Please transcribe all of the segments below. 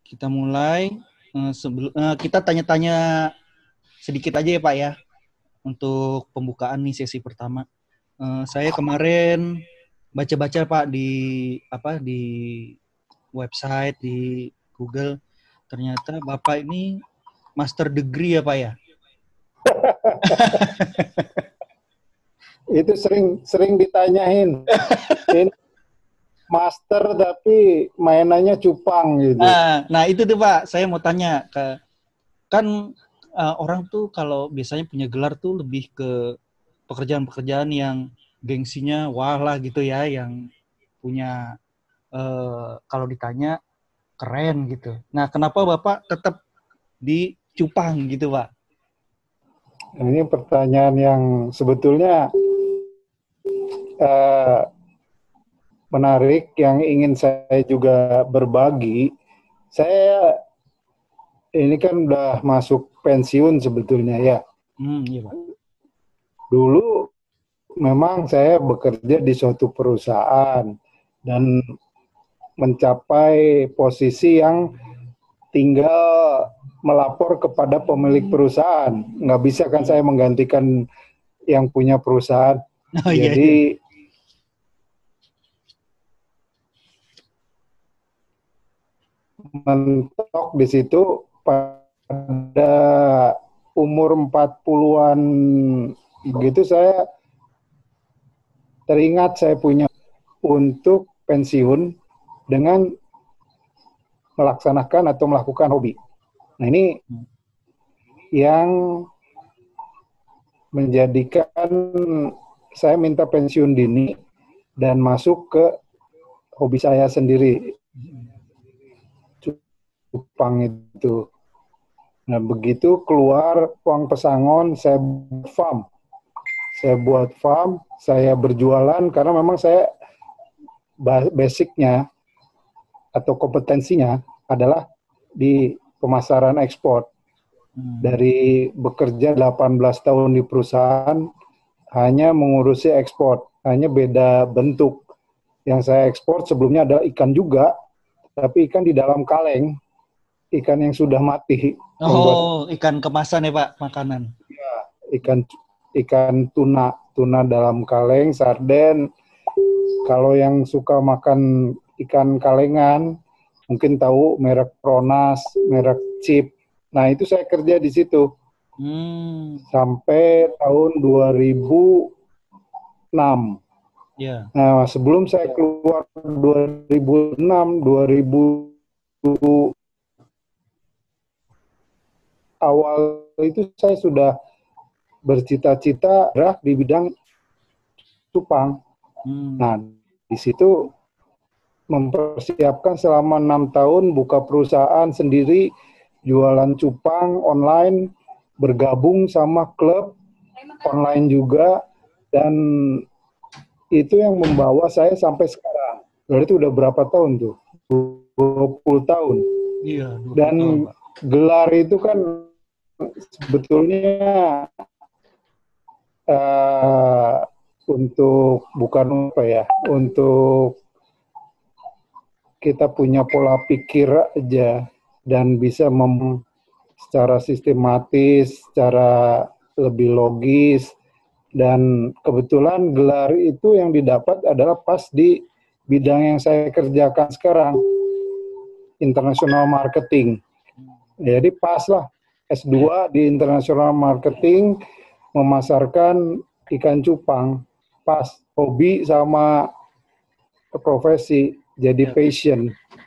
Kita mulai. Kita tanya-tanya sedikit aja ya Pak ya, untuk pembukaan nih sesi pertama. Saya kemarin baca-baca Pak di website di Google, ternyata Bapak ini master degree ya Pak ya. Itu sering ditanyain. Ini master tapi mainannya cupang gitu. Nah itu tuh Pak, saya mau tanya kan orang tuh kalau biasanya punya gelar tuh lebih ke pekerjaan-pekerjaan yang gengsinya wah lah gitu ya, yang punya kalau ditanya keren gitu. Nah, kenapa Bapak tetap di Cupang gitu, Pak? Nah, ini pertanyaan yang sebetulnya uh, menarik yang ingin saya juga berbagi. Saya ini kan udah masuk pensiun sebetulnya ya. Iya, Pak. Dulu memang saya bekerja di suatu perusahaan dan mencapai posisi yang tinggal melapor kepada pemilik perusahaan. Nggak bisa kan saya menggantikan yang punya perusahaan. Oh iya, iya. Jadi mentok di situ pada umur 40-an begitu saya teringat saya punya untuk pensiun dengan melaksanakan atau melakukan hobi. Nah ini yang menjadikan saya minta pensiun dini dan masuk ke hobi saya sendiri, cupang itu. Nah begitu keluar uang pesangon, saya buat farm, saya berjualan karena memang saya basicnya atau kompetensinya adalah di pemasaran ekspor. Dari bekerja 18 tahun di perusahaan, hanya mengurusi ekspor, hanya beda bentuk. Yang saya ekspor sebelumnya adalah ikan juga, tapi ikan di dalam kaleng, ikan yang sudah mati. Oh, ikan kemasan ya Pak, makanan. Ya, ikan tuna dalam kaleng, sarden. Kalau yang suka makan ikan kalengan, mungkin tahu merek Pronas, merek Chip. Nah, itu saya kerja di situ. Sampai tahun 2006. Yeah. Nah, sebelum saya keluar 2006, 2000 awal itu saya sudah bercita-cita di bidang cupang. Nah, di situ mempersiapkan selama 6 tahun buka perusahaan sendiri, jualan cupang online, bergabung sama klub online juga, dan itu yang membawa saya sampai sekarang. Berarti itu udah berapa tahun tuh? 20 tahun. Iya, 20 dan tahun, Pak. Gelar itu kan sebetulnya untuk bukan apa ya, untuk kita punya pola pikir aja dan bisa secara sistematis, secara lebih logis, dan kebetulan gelar itu yang didapat adalah pas di bidang yang saya kerjakan sekarang, international marketing. Jadi pas lah S2 di international marketing, memasarkan ikan cupang, pas hobi sama profesi, jadi passion.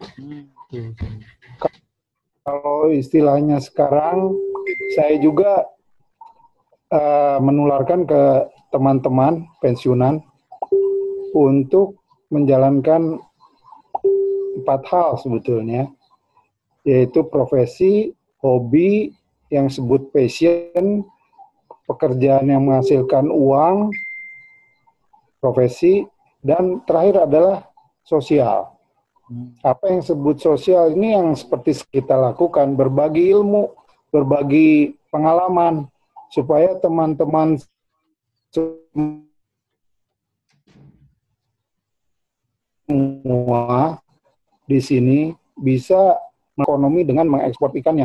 Kalau istilahnya sekarang, saya juga menularkan ke teman-teman pensiunan untuk menjalankan 4 hal sebetulnya, yaitu profesi, hobi, yang sebut passion, pekerjaan yang menghasilkan uang, profesi, dan terakhir adalah sosial. Apa yang disebut sosial ini yang seperti kita lakukan, berbagi ilmu, berbagi pengalaman, supaya teman-teman semua di sini bisa ekonomi dengan mengekspor ikannya.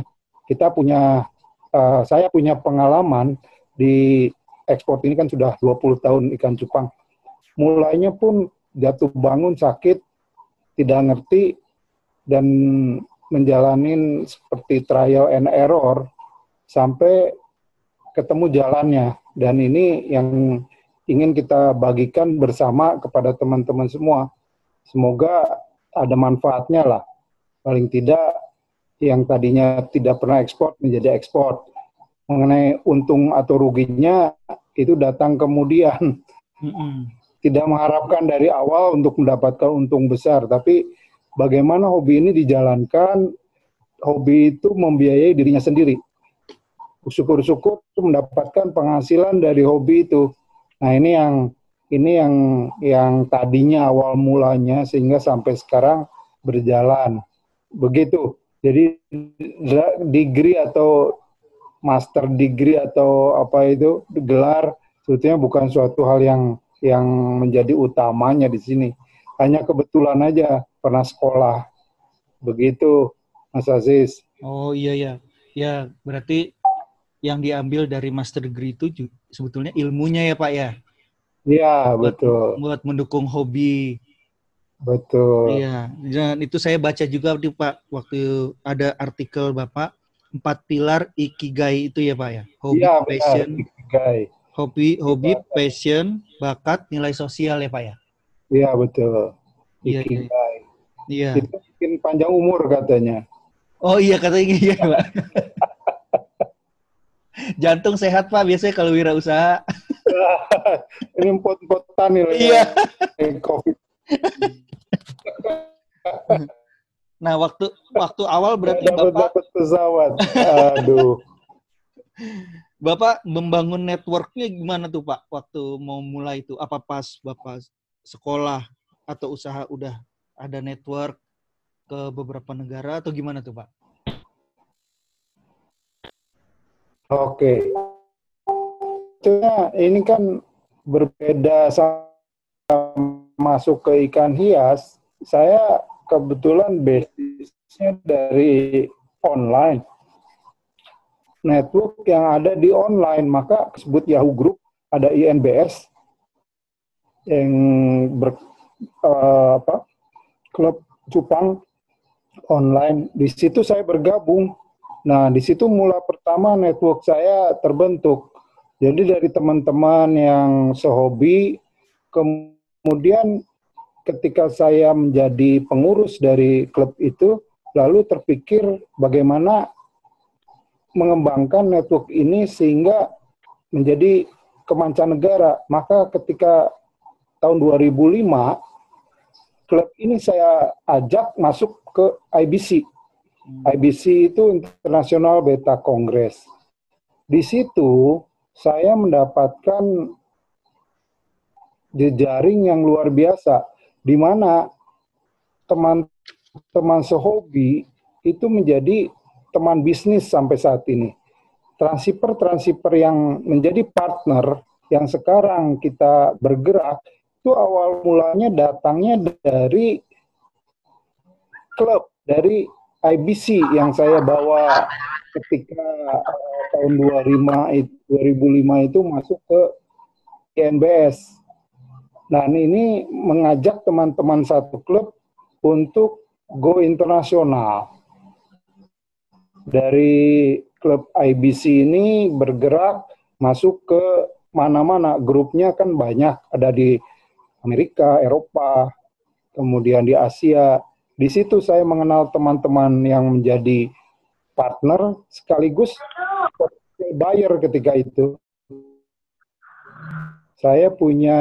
Saya punya pengalaman di ekspor ini kan sudah 20 tahun ikan cupang. Mulainya pun jatuh bangun sakit, tidak ngerti, dan menjalanin seperti trial and error sampai ketemu jalannya. Dan ini yang ingin kita bagikan bersama kepada teman-teman semua. Semoga ada manfaatnya lah. Paling tidak yang tadinya tidak pernah ekspor menjadi ekspor. Mengenai untung atau ruginya itu datang kemudian. Tidak mengharapkan dari awal untuk mendapatkan untung besar, tapi bagaimana hobi ini dijalankan, hobi itu membiayai dirinya sendiri. Syukur-syukur mendapatkan penghasilan dari hobi itu. Nah, ini yang tadinya awal mulanya sehingga sampai sekarang berjalan. Begitu. Jadi degree atau master degree atau apa itu gelar sebetulnya bukan suatu hal yang menjadi utamanya di sini. Hanya kebetulan aja pernah sekolah. Begitu, Mas Aziz. Oh iya ya. Ya, berarti yang diambil dari master degree itu sebetulnya ilmunya ya Pak ya? Iya, betul. Buat mendukung hobi. Betul. Iya, dan itu saya baca juga Pak, waktu ada artikel Bapak, 4 pilar Ikigai itu ya Pak ya? Hobi, ya, passion, benar, Ikigai. Hobi, passion, bakat, nilai sosial ya Pak ya? Iya, betul. Iya, Ikigai. Iya. Itu bikin panjang umur katanya. Oh iya, katanya iya Pak. Jantung sehat Pak, biasanya kalau wirausaha. Ini pot-potan nih. Iya. COVID. Nah, waktu awal berarti dapat pesawat. Aduh. Bapak membangun networknya gimana tuh Pak waktu mau mulai itu? Apa pas Bapak sekolah atau usaha udah ada network ke beberapa negara atau gimana tuh Pak? Oke. Ini kan berbeda sama masuk ke ikan hias. Saya kebetulan basisnya dari online. Network yang ada di online, maka disebut Yahoo Group, ada INBS yang klub cupang online. Di situ saya bergabung. Nah, di situ mula pertama network saya terbentuk. Jadi dari teman-teman yang sehobi, kemudian ketika saya menjadi pengurus dari klub itu, lalu terpikir bagaimana mengembangkan network ini sehingga menjadi kemancanegara. Maka ketika tahun 2005, klub ini saya ajak masuk ke IBC. IBC itu International Beta Congress. Di situ saya mendapatkan jejaring yang luar biasa, di mana teman-teman sehobi itu menjadi teman bisnis sampai saat ini. Transfer yang menjadi partner yang sekarang kita bergerak, itu awal mulanya datangnya dari klub, dari IBC yang saya bawa ketika tahun 2005 itu masuk ke INBS. Nah, ini mengajak teman-teman satu klub untuk go internasional. Dari klub IBC ini bergerak masuk ke mana-mana. Grupnya kan banyak, ada di Amerika, Eropa, kemudian di Asia. Di situ saya mengenal teman-teman yang menjadi partner sekaligus buyer ketika itu. Saya punya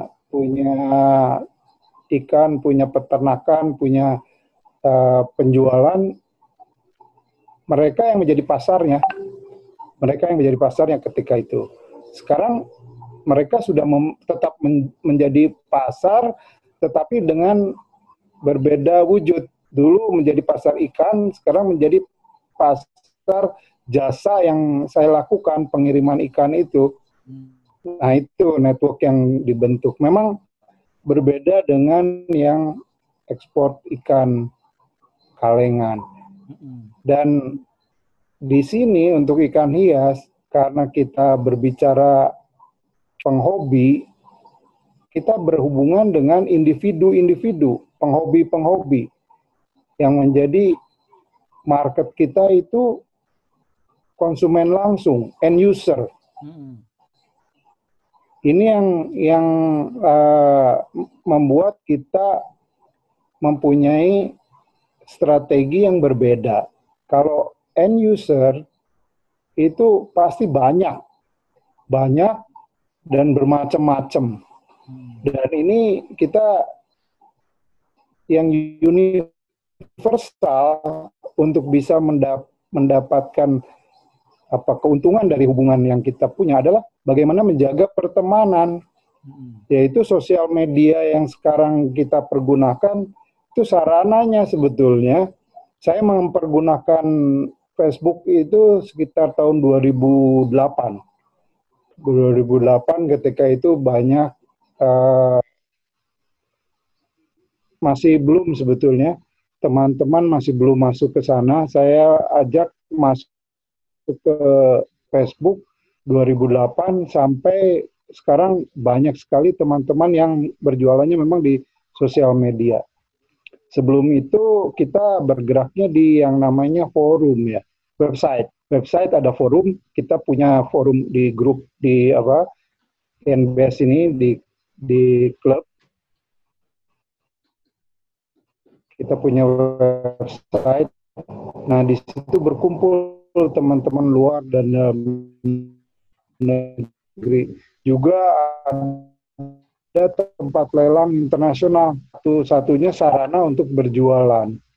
ikan, punya peternakan, punya penjualan. Mereka yang menjadi pasarnya. Mereka yang menjadi pasarnya ketika itu. Sekarang mereka sudah tetap menjadi pasar, tetapi dengan berbeda wujud. Dulu menjadi pasar ikan, sekarang menjadi pasar jasa yang saya lakukan, pengiriman ikan itu. Nah, itu network yang dibentuk. Memang berbeda dengan yang ekspor ikan kalengan. Dan di sini untuk ikan hias, karena kita berbicara penghobi, kita berhubungan dengan individu-individu, penghobi-penghobi, yang menjadi market kita itu konsumen langsung, end user. Ini yang membuat kita mempunyai strategi yang berbeda. Kalau end user itu pasti banyak dan bermacam-macam. Dan ini kita yang universal untuk bisa mendapatkan keuntungan dari hubungan yang kita punya adalah bagaimana menjaga pertemanan, yaitu sosial media yang sekarang kita pergunakan itu sarananya sebetulnya. Saya mempergunakan Facebook itu sekitar tahun 2008 ketika itu banyak masih belum sebetulnya teman-teman masih belum masuk ke sana. Saya ajak masuk ke Facebook 2008 sampai sekarang banyak sekali teman-teman yang berjualannya memang di sosial media. Sebelum itu kita bergeraknya di yang namanya forum ya, website ada forum, kita punya forum di grup di NBS ini di klub. Kita punya website. Nah, di situ berkumpul teman-teman luar dan negeri. Juga ada tempat lelang internasional, satu-satunya sarana untuk berjualan.